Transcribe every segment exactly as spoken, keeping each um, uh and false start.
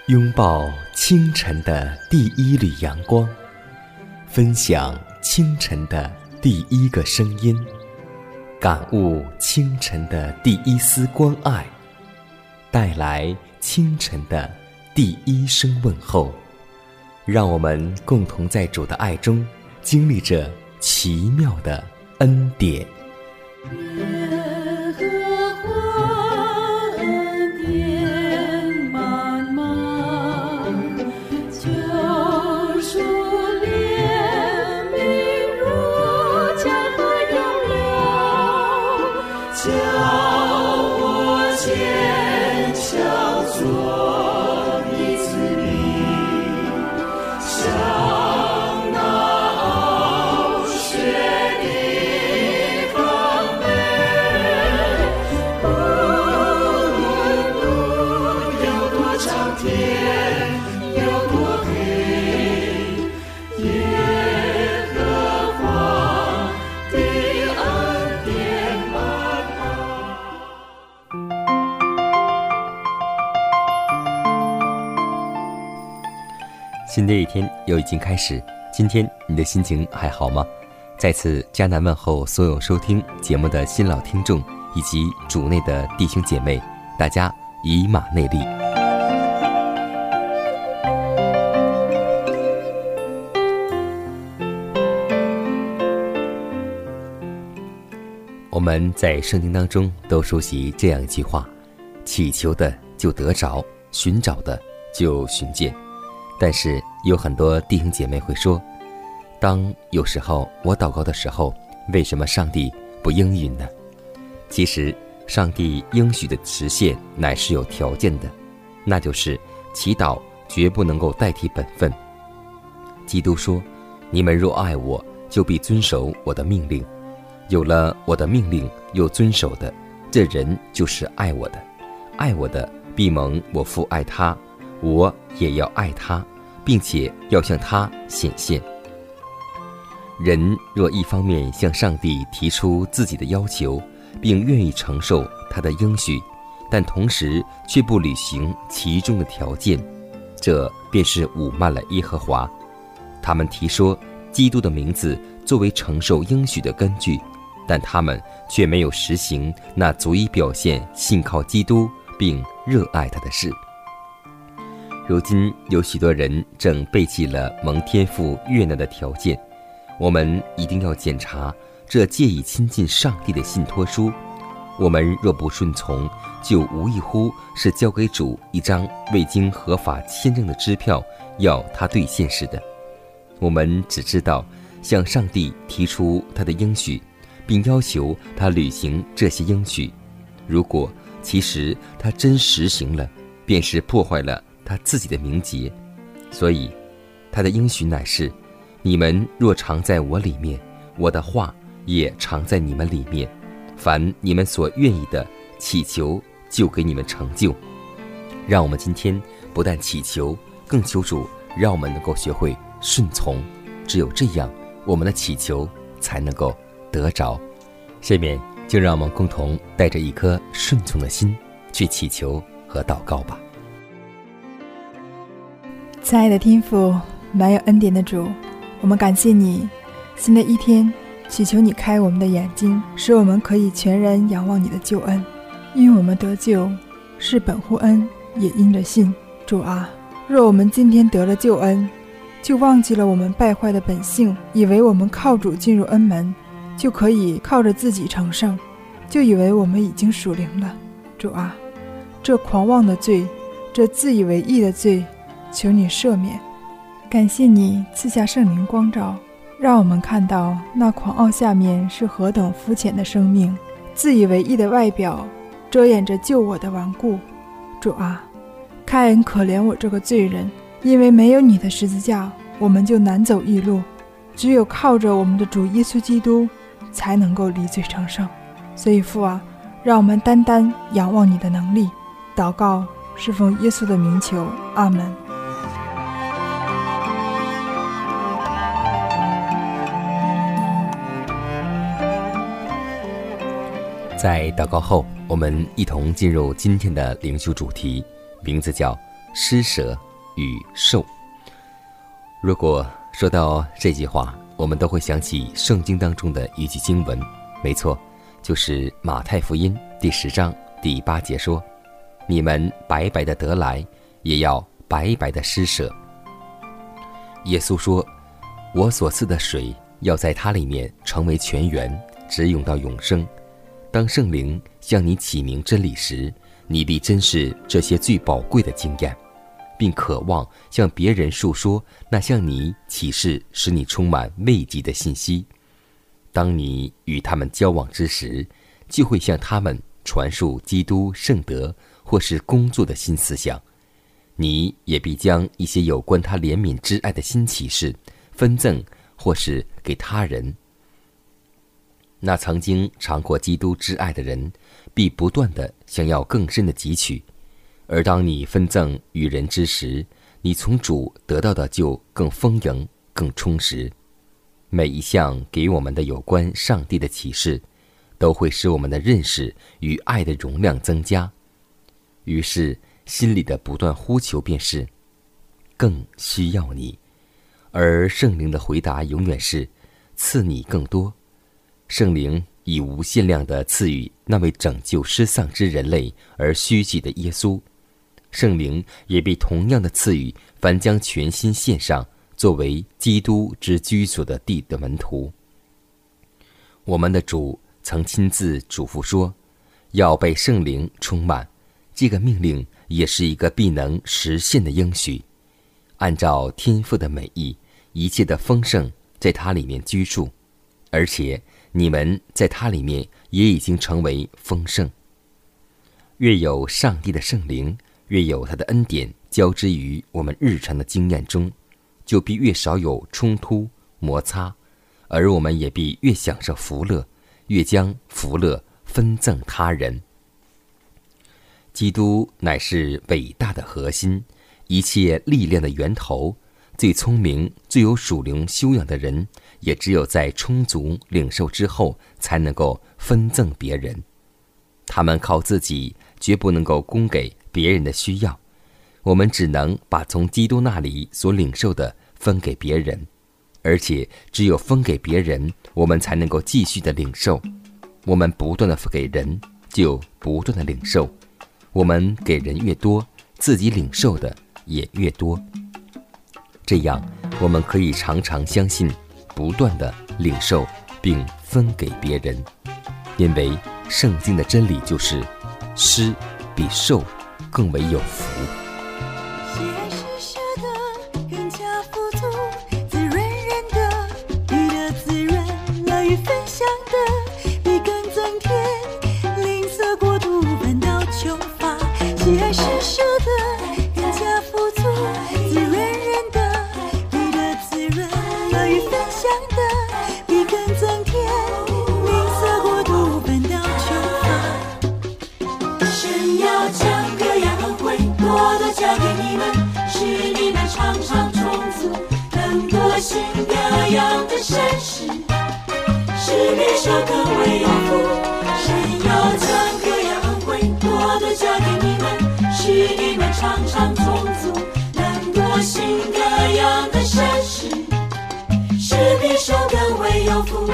拥抱清晨的第一缕阳光，分享清晨的第一个声音，感悟清晨的第一丝关爱，带来清晨的第一声问候。让我们共同在主的爱中经历着奇妙的恩典。 新的一天又已经开始，今天你的心情还好吗？再次迦南问候所有收听节目的新老听众以及主内的弟兄姐妹，大家以马内利。我们在圣经当中都熟悉这样一句话：祈求的就得着，寻找的就寻见。但是有很多弟兄姐妹会说，当有时候我祷告的时候，为什么上帝不应允呢？其实上帝应许的实现乃是有条件的，那就是祈祷绝不能够代替本分。基督说，你们若爱我，就必遵守我的命令，有了我的命令又遵守的，这人就是爱我的，爱我的必蒙我父爱他，我也要爱他，并且要向他显现。人若一方面向上帝提出自己的要求，并愿意承受他的应许，但同时却不履行其中的条件，这便是侮慢了耶和华。他们提说基督的名字作为承受应许的根据，但他们却没有实行那足以表现信靠基督并热爱他的事。如今有许多人正背弃了蒙天父悦纳的条件，我们一定要检查这借以亲近上帝的信托书。我们若不顺从，就无异乎是交给主一张未经合法签证的支票，要他兑现似的。我们只知道向上帝提出他的应许，并要求他履行这些应许。如果其实他真实行了，便是破坏了他自己的名节。所以他的应许乃是，你们若常在我里面，我的话也常在你们里面，凡你们所愿意的祈求，就给你们成就。让我们今天不但祈求，更求主让我们能够学会顺从，只有这样，我们的祈求才能够得着。下面就让我们共同带着一颗顺从的心去祈求和祷告吧。 亲爱的天父，满有恩典的主，我们感谢你，新的一天祈求你开我们的眼睛，使我们可以全然仰望你的救恩。因我们得救是本乎恩，也因着信。主啊，若我们今天得了救恩，就忘记了我们败坏的本性，以为我们靠主进入恩门，就可以靠着自己成圣，就以为我们已经属灵了。主啊，这狂妄的罪，这自以为义的罪，求你赦免。感谢你赐下圣灵光照，让我们看到那狂傲下面是何等肤浅的生命，自以为义的外表遮掩着救我的顽固。主啊，开恩可怜我这个罪人，因为没有你的十字架，我们就难走义路，只有靠着我们的主耶稣基督，才能够离罪成圣。所以父啊，让我们单单仰望你的能力。祷告是奉耶稣的名求，阿们。 在祷告后，我们一同进入今天的灵修主题，名字叫施舍与受。如果说到这句话，我们都会想起圣经当中的一句经文，没错，就是马太福音第十章第八节说：你们白白的得来，也要白白的施舍。耶稣说，我所赐的水要在它里面成为泉源，直涌到永生。当圣灵向你启明真理时，你必珍视这些最宝贵的经验，并渴望向别人述说那向你启示使你充满慰藉的信息。当你与他们交往之时，就会向他们传述基督圣德或是工作的新思想。你也必将一些有关他怜悯之爱的新启示分赠或是给他人。那曾经尝过基督之爱的人，必不断地想要更深的汲取。而当你分赠与人之时，你从主得到的就更丰盈、更充实。每一项给我们的有关上帝的启示，都会使我们的认识与爱的容量增加。于是心里的不断呼求便是更需要你，而圣灵的回答永远是赐你更多。圣灵以无限量的赐予那位拯救失丧之人类而虚己的耶稣，圣灵也被同样的赐予凡将全心献上作为基督之居所的地的门徒。我们的主曾亲自嘱咐说，要被圣灵充满，这个命令也是一个必能实现的应许。按照天父的美意，一切的丰盛在他里面居住，而且你们在他里面也已经成为丰盛。越有上帝的圣灵，越有他的恩典交织于我们日常的经验中，就必越少有冲突摩擦，而我们也必越享受福乐，越将福乐分赠他人。基督乃是伟大的核心，一切力量的源头。最聪明、最有属灵修养的人，也只有在充足领受之后，才能够分赠别人。他们靠自己，绝不能够供给别人的需要。我们只能把从基督那里所领受的分给别人，而且只有分给别人，我们才能够继续的领受。我们不断的给人，就不断的领受。我们给人越多，自己领受的也越多。这样我们可以常常相信，不断地领受并分给别人。因为圣经的真理就是施比受更为有福。 喜爱施舍的更加富足，滋润人的比的滋润，乐于分享的比更增添，吝啬过度反倒穷乏。喜爱施舍的更加富足，滋润人的比的滋润，乐于分享的比更增添，吝啬过度反倒穷乏。神要将各样恩惠多多交给你们，使你们常常充足，能多行各样的善事，使比受更为有福。神要将各样恩惠多多交给你们，使你们常常充足，能多行各样的善事，使比受更为有福。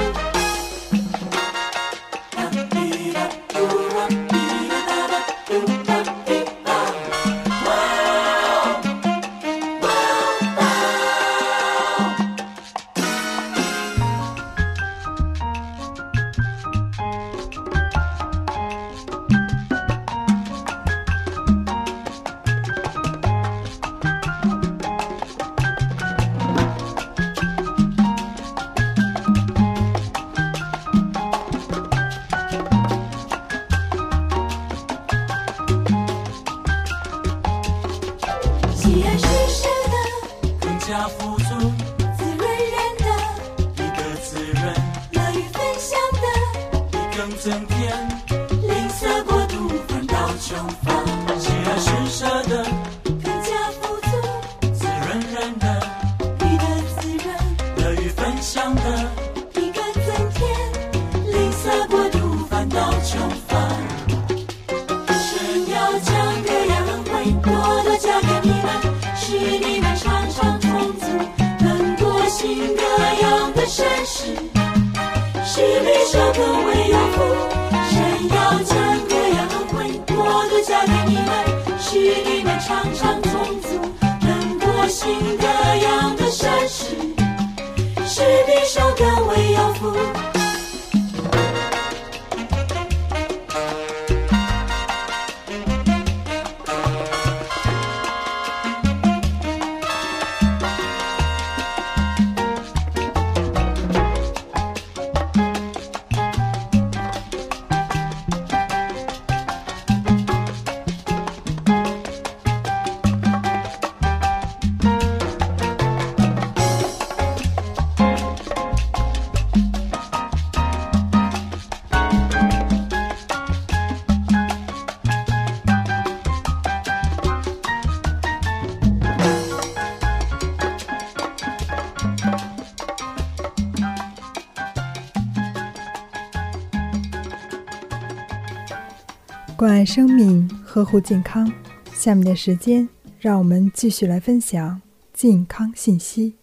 神要将各样恩惠多多交给你。 更多新各样的绅士，是比受更为有福。神要将各样恩惠国度加给你们，使你们常常充足。更多新各样的绅士，是比受更为有福。 关爱生命，呵护健康。下面的时间，让我们继续来分享健康信息。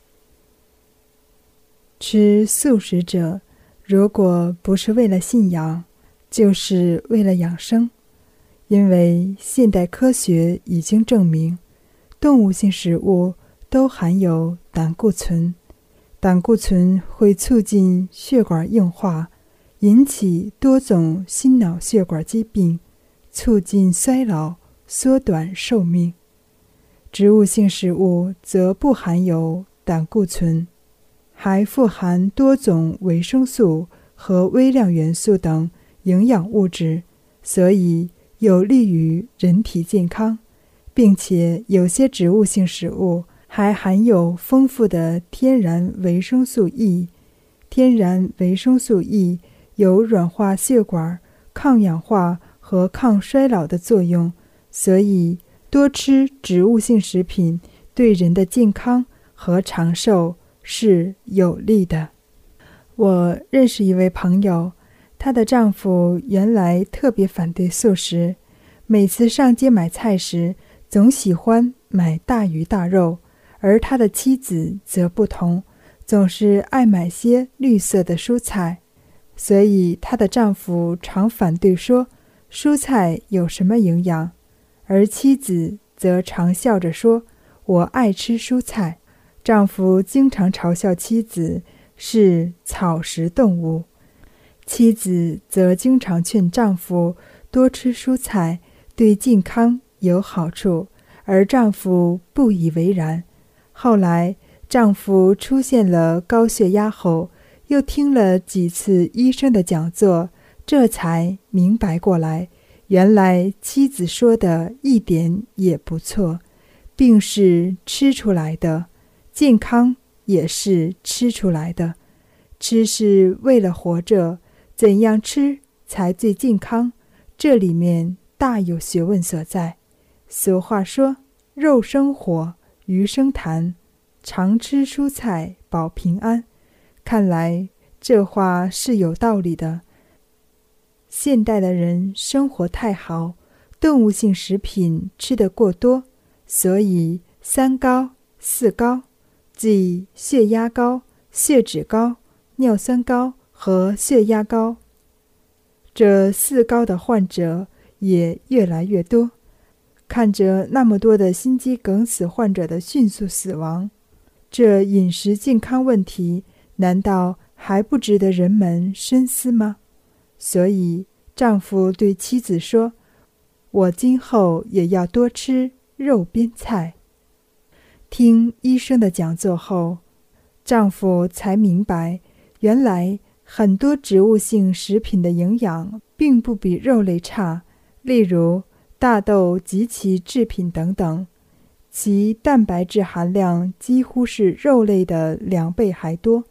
吃素食者，如果不是为了信仰，就是为了养生。因为现代科学已经证明，动物性食物都含有胆固醇，胆固醇会促进血管硬化，引起多种心脑血管疾病，促进衰老，缩短寿命。植物性食物则不含有胆固醇，还富含多种维生素和微量元素等营养物质，所以有利于人体健康。并且有些植物性食物还含有丰富的天然维生素 E。 天然维生素 E 有软化血管、抗氧化和抗衰老的作用，所以多吃植物性食品对人的健康和长寿是有利的。我认识一位朋友，她的丈夫原来特别反对素食，每次上街买菜时总喜欢买大鱼大肉，而她的妻子则不同，总是爱买些绿色的蔬菜。所以她的丈夫常反对说蔬菜有什么营养，而妻子则常笑着说我爱吃蔬菜。丈夫经常嘲笑妻子是草食动物，妻子则经常劝丈夫多吃蔬菜，对健康有好处，而丈夫不以为然。后来丈夫出现了高血压后，又听了几次医生的讲座，这才明白过来，原来妻子说的一点也不错，病是吃出来的，健康也是吃出来的。吃是为了活着，怎样吃才最健康？这里面大有学问所在。俗话说肉生火，鱼生痰，常吃蔬菜保平安。看来这话是有道理的。现代的人生活太好，动物性食品吃得过多，所以三高、四高，即血压高、血脂高、尿酸高和血压高，这四高的患者也越来越多。看着那么多的心肌梗死患者的迅速死亡，这饮食健康问题难道还不值得人们深思吗？所以丈夫对妻子说，我今后也要多吃肉边菜。听医生的讲座后，丈夫才明白，原来很多植物性食品的营养并不比肉类差，例如大豆及其制品等等，其蛋白质含量几乎是肉类的两倍还多。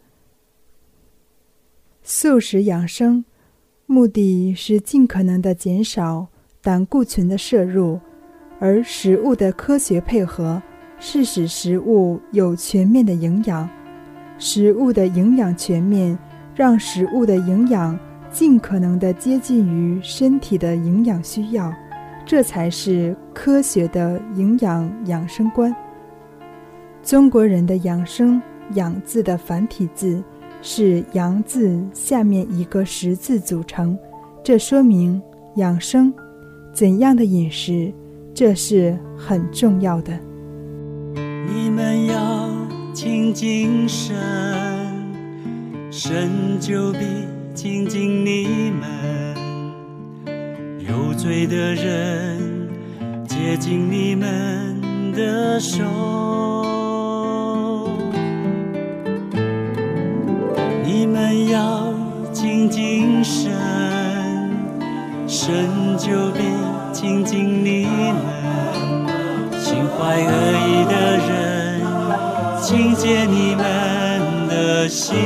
素食养生目的是尽可能的减少胆固醇的摄入，而食物的科学配合是使食物有全面的营养。食物的营养全面，让食物的营养尽可能的接近于身体的营养需要，这才是科学的营养养生观。 中国人的养生养字的繁体字是阳字下面一个十字组成，这说明养生怎样的饮食，这是很重要的。 你们要亲近神，神就必亲近你们。有罪的人接近你们的手，你们要亲近神，神就必亲近你们。心怀恶意的人轻解你们的心，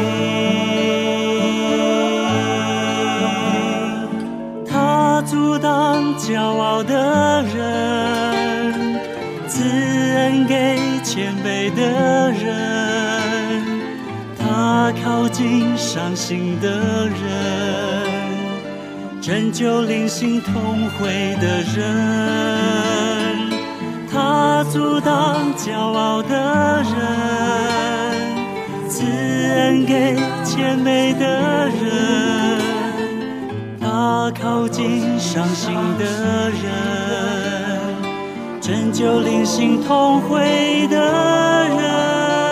他阻挡骄傲的人，赐恩给谦卑的人，他靠近伤心的人，拯救灵性同会的人，他阻挡骄傲的人，赐恩给谦卑的人，他靠近伤心的人，拯救灵性同会的人。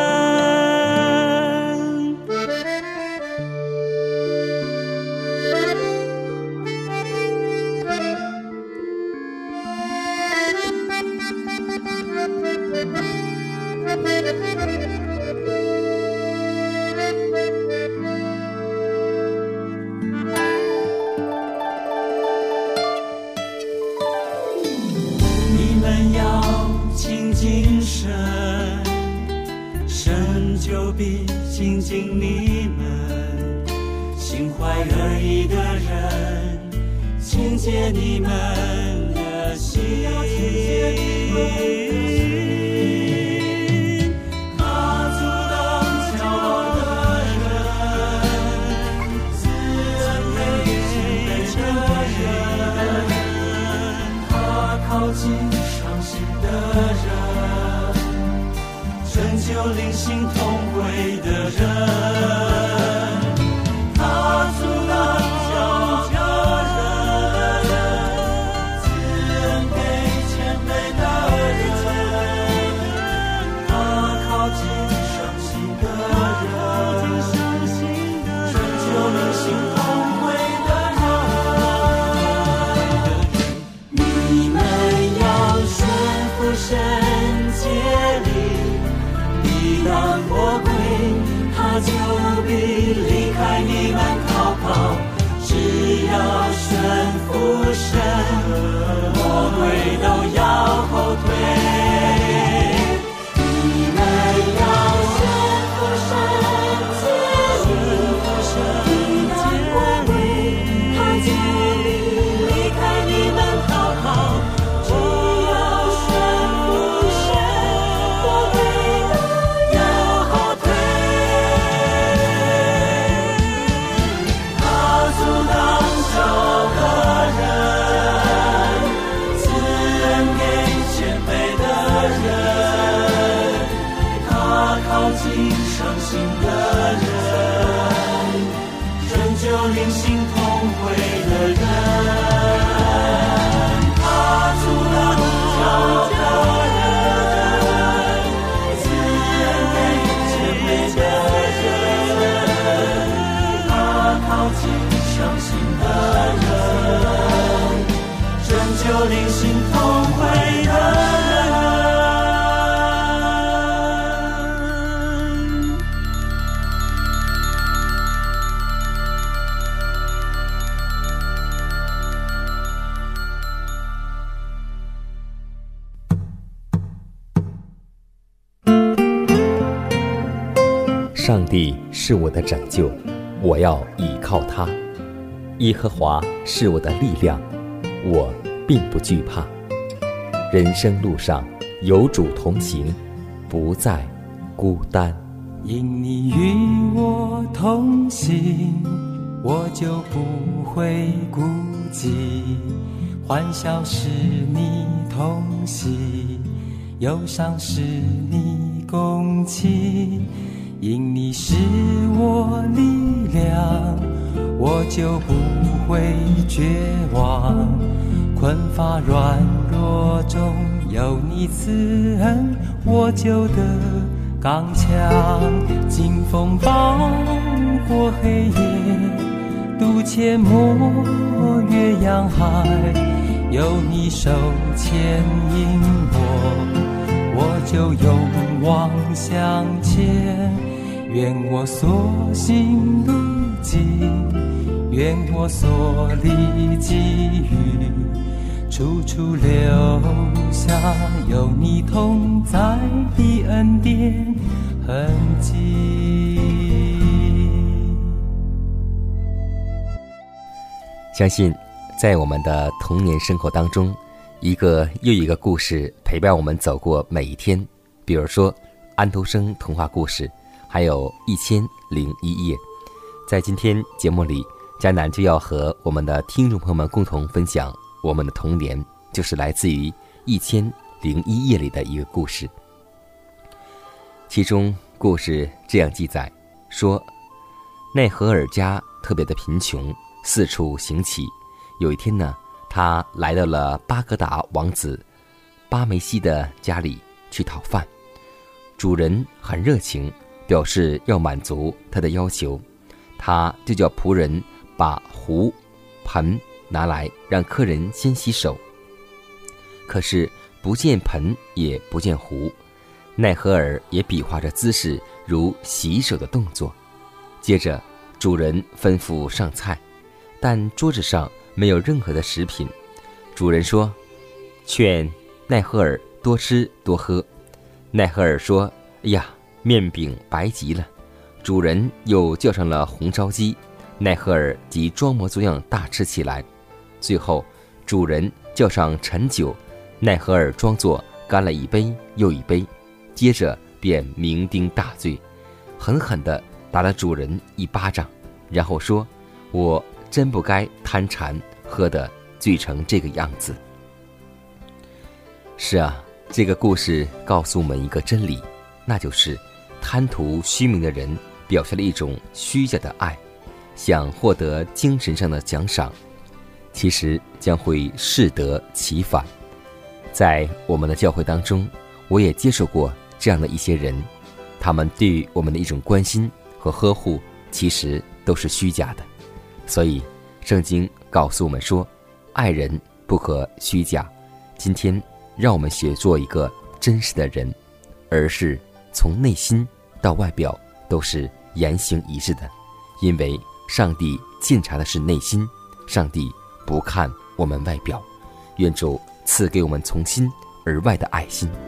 你们要亲近神，神就必亲近你们。心怀恶意的人轻解你们的心，他阻挡骄傲的人，赐恩给谦卑的人，他靠近伤心的人，拯救灵性同会的人，他阻挡骄傲的人，赐恩给谦卑的人，他靠近伤心的人，拯救灵性同会的人。你们要顺服神诫令，抵挡魔鬼，他就必离开你们逃跑。只要顺服神，魔鬼都要后退。你们要顺服神诫令，抵挡魔鬼，他就必离开你们逃跑。只要顺服神，魔鬼都要后退。他阻挡骄傲的人，赐恩给谦卑的人，他靠近伤心的人，拯救灵性同会的人，他阻挡骄傲的人，赐恩给谦卑的人，他靠近伤心的人，拯救灵性同会的人。 上帝是我的拯救，我要倚靠他。耶和华是我的力量，我并不惧怕。人生路上有主同行，不再孤单。 因你与我同行，我就不会孤寂。欢笑是你同喜，忧伤是你供给，因你是我力量，我就不会绝望。困乏软弱中有你慈恩，我就得刚强。经风暴过黑夜，渡阡陌越洋海，有你手牵引我，我就勇往向前。愿我所行路径，愿我所立给予，处处留下有你同在的恩典痕迹。 相信在我们的童年生活当中，一个又一个故事陪伴我们走过每一天。比如说安徒生童话故事，还有一千零一夜。在今天节目里，嘉南就要和我们的听众朋友们共同分享我们的童年，就是来自于一千零一夜里的一个故事。其中故事这样记载说，奈何尔家特别的贫穷，四处行乞。有一天呢，他来到了巴格达王子巴梅西的家里去讨饭。主人很热情，表示要满足他的要求，他就叫仆人把壶盆拿来，让客人先洗手。可是不见盆也不见壶，奈何尔也比划着姿势，如洗手的动作。接着主人吩咐上菜，但桌子上没有任何的食品。主人说，劝奈何尔多吃多喝。奈何尔说，哎呀，面饼白极了。主人又叫上了红烧鸡，奈何尔即装模作样大吃起来。最后主人叫上陈酒，奈何尔装作干了一杯又一杯，接着便酩酊大醉，狠狠地打了主人一巴掌，然后说，我真不该贪馋，喝得醉成这个样子。是啊，这个故事告诉我们一个真理，那就是贪图虚名的人表现了一种虚假的爱，想获得精神上的奖赏，其实将会适得其反。在我们的教会当中，我也接受过这样的一些人，他们对于我们的一种关心和呵护，其实都是虚假的。所以圣经告诉我们说，爱人不可虚假。今天让我们学做一个真实的人，而是从内心到外表都是言行一致的，因为上帝鉴察的是内心，上帝不看我们外表。愿主赐给我们从心而外的爱心。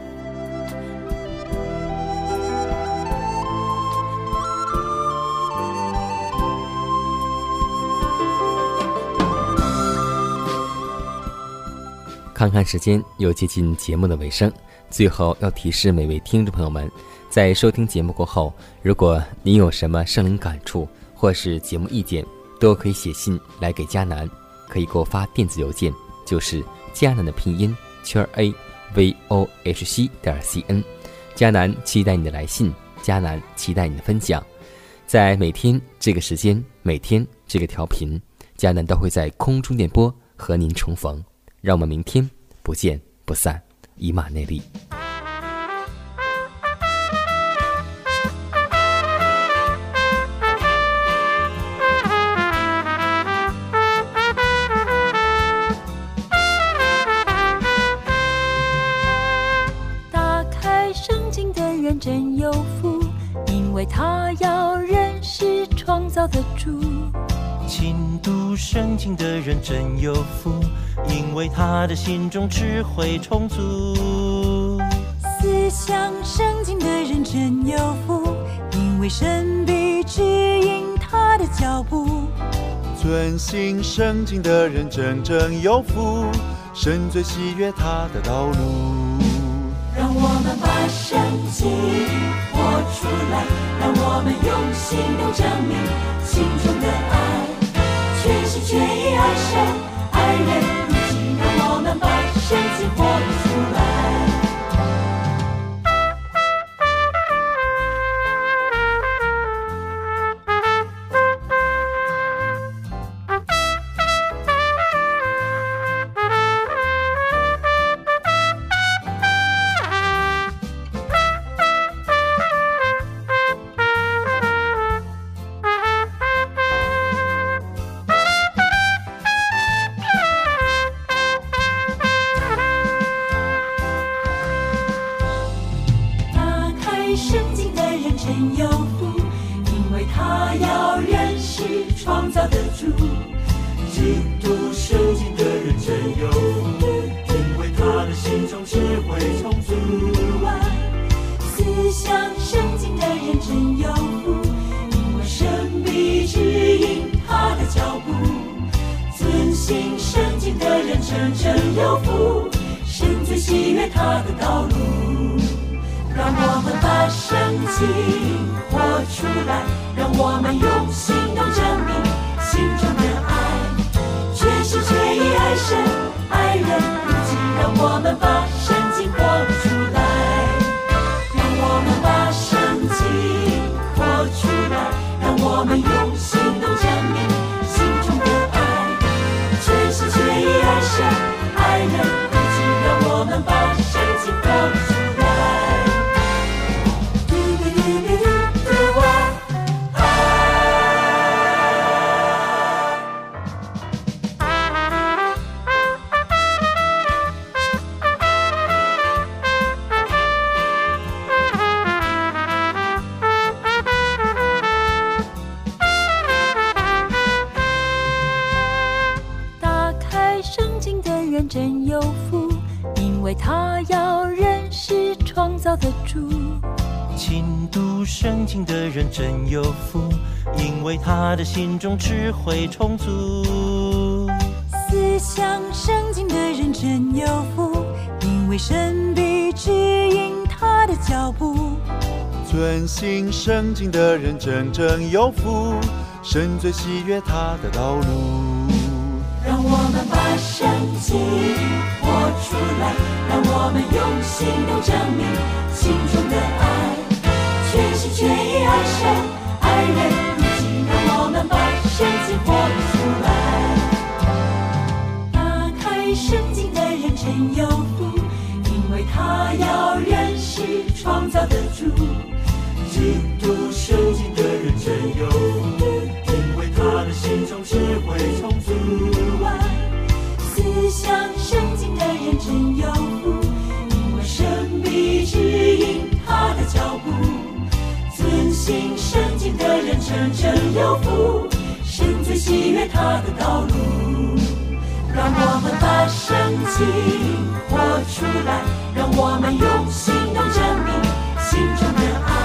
看看时间，又接近节目的尾声，最后要提示每位听众朋友们，在收听节目过后，如果您有什么圣灵感触或是节目意见，都可以写信来给嘉南，可以给我发电子邮件，就是嘉南的拼音圈 a v o h c 点 c n。嘉南期待你的来信，嘉南期待你的分享。在每天这个时间，每天这个调频，嘉南都会在空中电波和您重逢。让我们明天不见不散，以马内利。 打开圣经的人真有福，因为他要认识创造的主。 勤读圣经的人真有福，因为他的心中智慧充足。 思想圣经的人真有福，因为神必指引他的脚步。 遵行圣经的人真正有福，神最喜悦他的道路。 让我们把圣经活出来，让我们用行动证明心中的爱，全心全意爱神爱人如己。让我们把圣经活出来。 他要认识创造的主。 基督圣经的人真有福，因为他的心中智慧充足。 思想圣经的人真有福，因为神必指引他的脚步。遵行圣经的人真正有福，神最喜悦他的道路。让我们把圣经活出来，让我们用行动证明心中的爱，全心全意爱神爱人如己。让我们把圣经活出来，让我们把圣经活出来，让我们用行动证明心中的爱，全心全意爱神爱人如己。让我们把圣经活出来。真有福，因为他要认识创造的主。 勤读圣经的人真有福，因为他的心中智慧充足。 思想圣经的人真有福，因为神必指引他的脚步。 遵行圣经的人真正有福，神最喜悦他的道路。 让我们把圣经活出来，让我们用行动证明心中的爱，全心全意爱神爱人如己。让我们把圣经活出来。打开圣经的人真有福，因为他要认识创造的主。 基督圣经的人真有福，因为他的心中智慧充足。 思想圣经的人真有福，因为神必指引他的脚步。遵行圣经的人真正有福，神最喜悦他的道路。让我们把圣经活出来，让我们用行动证明心中的爱，